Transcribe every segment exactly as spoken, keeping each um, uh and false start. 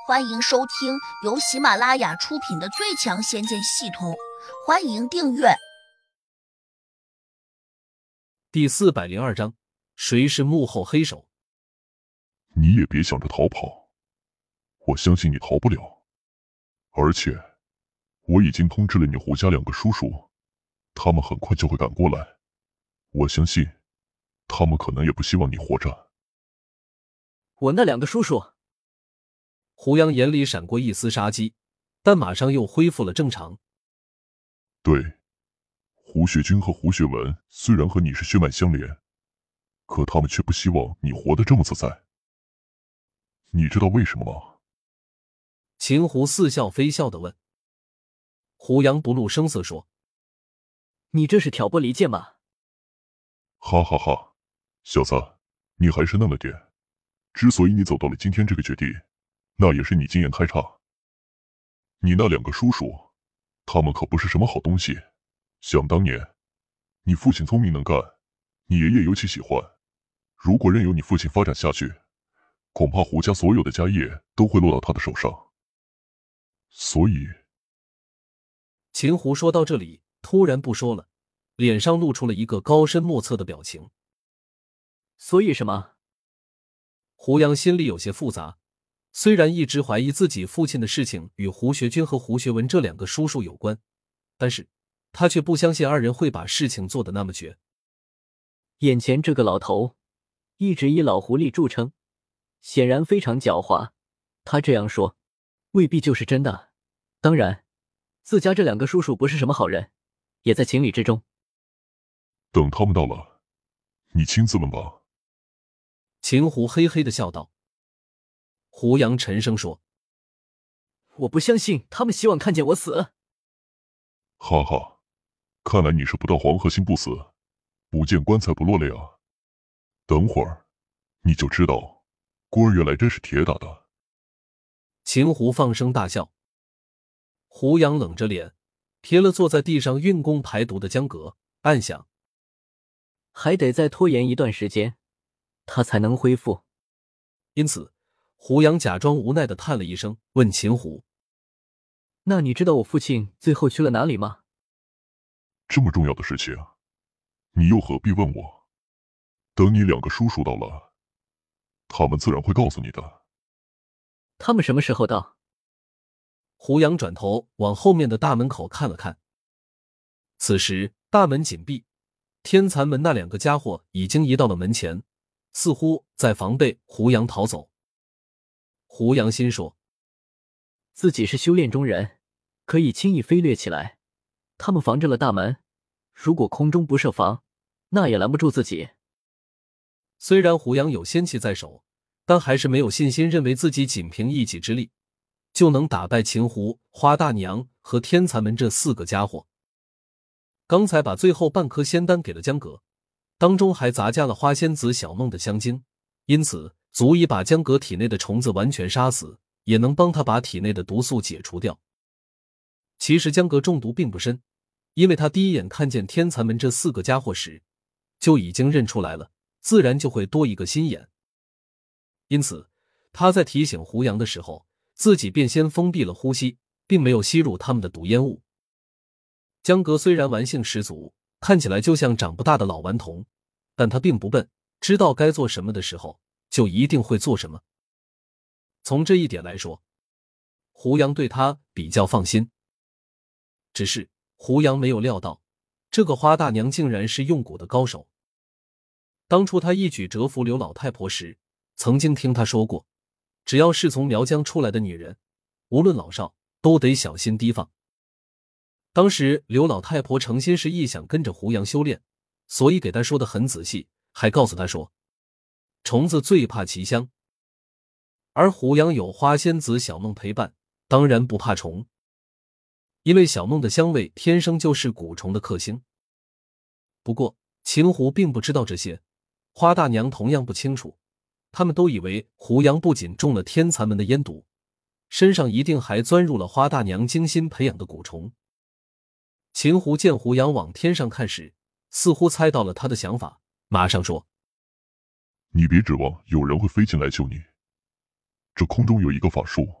欢迎收听由喜马拉雅出品的《最强仙剑系统》，欢迎订阅。 第四百零二章，谁是幕后黑手？ 你也别想着逃跑，我相信你逃不了。而且，我已经通知了你胡家两个叔叔，他们很快就会赶过来。我相信，他们可能也不希望你活着。 我那两个叔叔。 胡杨眼里闪过一丝杀机，但马上又恢复了正常。 对，胡雪军和胡雪文虽然和你是血脉相连，可他们却不希望你活得这么自在。你知道为什么吗？ 秦胡似笑非笑地问。胡杨不露声色说： 你这是挑拨离间吗？ 哈哈哈，小子，你还是嫩了点。之所以你走到了今天这个绝地，那也是你经验太差。你那两个叔叔，他们可不是什么好东西。想当年，你父亲聪明能干，你爷爷尤其喜欢。如果任由你父亲发展下去，恐怕胡家所有的家业都会落到他的手上。所以， 秦胡说到这里，突然不说了，脸上露出了一个高深莫测的表情。 所以什么？ 胡杨心里有些复杂，虽然一直怀疑自己父亲的事情与胡学军和胡学文这两个叔叔有关，但是他却不相信二人会把事情做得那么绝。 眼前这个老头一直以老狐狸著称，显然非常狡猾，他这样说未必就是真的。当然，自家这两个叔叔不是什么好人，也在情理之中。 等他们到了，你亲自问吧。 秦胡嘿嘿地笑道。胡杨沉声说： 我不相信他们希望看见我死。 哈哈，看来你是不到黄河心不死，不见棺材不落泪啊。等会儿你就知道，官儿原来真是铁打的。 秦胡放声大笑。胡杨冷着脸瞥了坐在地上运功排毒的江革，暗想还得再拖延一段时间，他才能恢复。 因此胡杨假装无奈地叹了一声，问秦胡： 那你知道我父亲最后去了哪里吗？ 这么重要的事情，你又何必问我？等你两个叔叔到了，他们自然会告诉你的。 他们什么时候到？ 胡杨转头往后面的大门口看了看。此时大门紧闭，天残门那两个家伙已经移到了门前，似乎在防备胡杨逃走。胡杨心说， 自己是修炼中人，可以轻易飞掠起来，他们防着了大门，如果空中不设防，那也拦不住自己。 虽然胡杨有仙气在手，但还是没有信心认为自己仅凭一己之力就能打败秦胡、花大娘和天残门这四个家伙。刚才把最后半颗仙丹给了江革，当中还杂加了花仙子小梦的香精，因此足以把江革体内的虫子完全杀死，也能帮他把体内的毒素解除掉。其实江革中毒并不深，因为他第一眼看见天残门这四个家伙时就已经认出来了，自然就会多一个心眼。因此他在提醒胡杨的时候，自己便先封闭了呼吸，并没有吸入他们的毒烟雾。江革虽然玩性十足，看起来就像长不大的老顽童，但他并不笨，知道该做什么的时候就一定会做什么。从这一点来说，胡杨对他比较放心。只是胡杨没有料到，这个花大娘竟然是用蛊的高手。当初他一举折服刘老太婆时，曾经听他说过，只要是从苗疆出来的女人，无论老少，都得小心提防。当时刘老太婆诚心实意想跟着胡杨修炼，所以给他说得很仔细，还告诉他说，虫子最怕奇香，而胡杨有花仙子小梦陪伴，当然不怕虫，因为小梦的香味天生就是蛊虫的克星。不过秦胡并不知道这些，花大娘同样不清楚，他们都以为胡杨不仅中了天残门的烟毒，身上一定还钻入了花大娘精心培养的蛊虫。秦胡见胡杨往天上看时，似乎猜到了他的想法，马上说： 你别指望有人会飞进来救你，这空中有一个法术，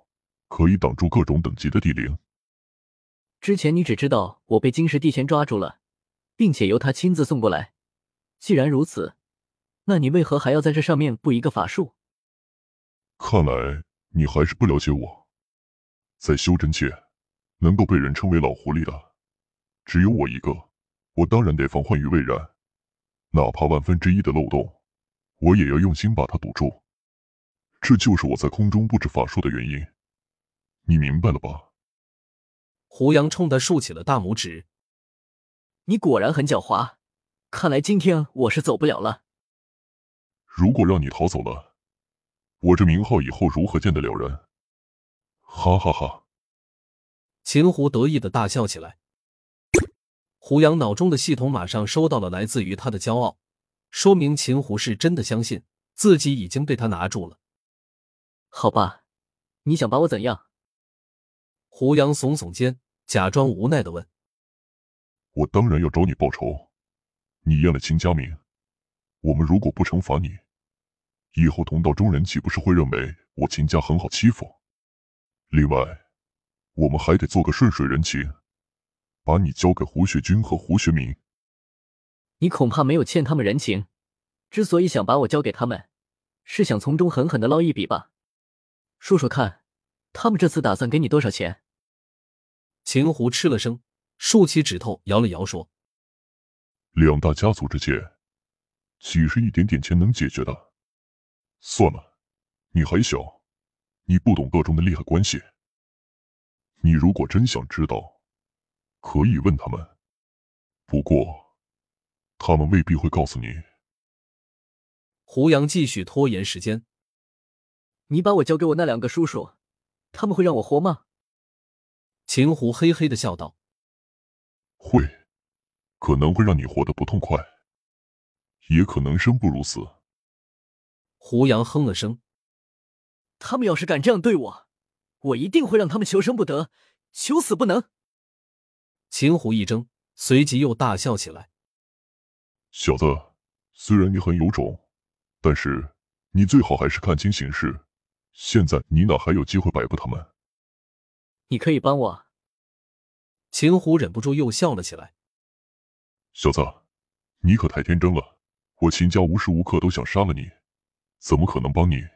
可以挡住各种等级的地灵。 之前你只知道我被金石地仙抓住了，并且由他亲自送过来。既然如此，那你为何还要在这上面布一个法术？ 看来你还是不了解我。在修真界，能够被人称为老狐狸的，只有我一个。我当然得防患于未然，哪怕万分之一的漏洞，我也要用心把它堵住。这就是我在空中布置法术的原因，你明白了吧？ 胡杨冲他竖起了大拇指。 你果然很狡猾，看来今天我是走不了了。 如果让你逃走了，我这名号以后如何见得了人？哈哈哈！ 秦胡得意的大笑起来。胡杨脑中的系统马上收到了来自于他的骄傲，说明秦胡是真的相信自己已经被他拿住了。 好吧，你想把我怎样？ 胡杨耸耸肩，假装无奈的问。 我当然要找你报仇。你验了秦家明，我们如果不惩罚你，以后同道中人岂不是会认为我秦家很好欺负？另外，我们还得做个顺水人情，把你交给胡学军和胡学明。 你恐怕没有欠他们人情，之所以想把我交给他们，是想从中狠狠的捞一笔吧？说说看，他们这次打算给你多少钱？ 秦胡吃了声，竖起指头摇了摇说： 两大家族之间，岂是一点点钱能解决的？算了，你还小，你不懂个中的利害关系。你如果真想知道，可以问他们，不过他们未必会告诉你。 胡杨继续拖延时间。 你把我交给我那两个叔叔，他们会让我活吗？ 秦胡嘿嘿的笑道： 会，可能会让你活得不痛快，也可能生不如死。 胡杨哼了声： 他们要是敢这样对我，我一定会让他们求生不得，求死不能。 秦胡一怔，随即又大笑起来。 小子，虽然你很有种，但是你最好还是看清形势。现在你哪还有机会摆布他们？ 你可以帮我。 秦胡忍不住又笑了起来。 小子，你可太天真了，我秦家无时无刻都想杀了你，怎么可能帮你？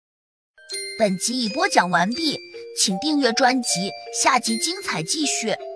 本集已播讲完毕，请订阅专辑，下集精彩继续。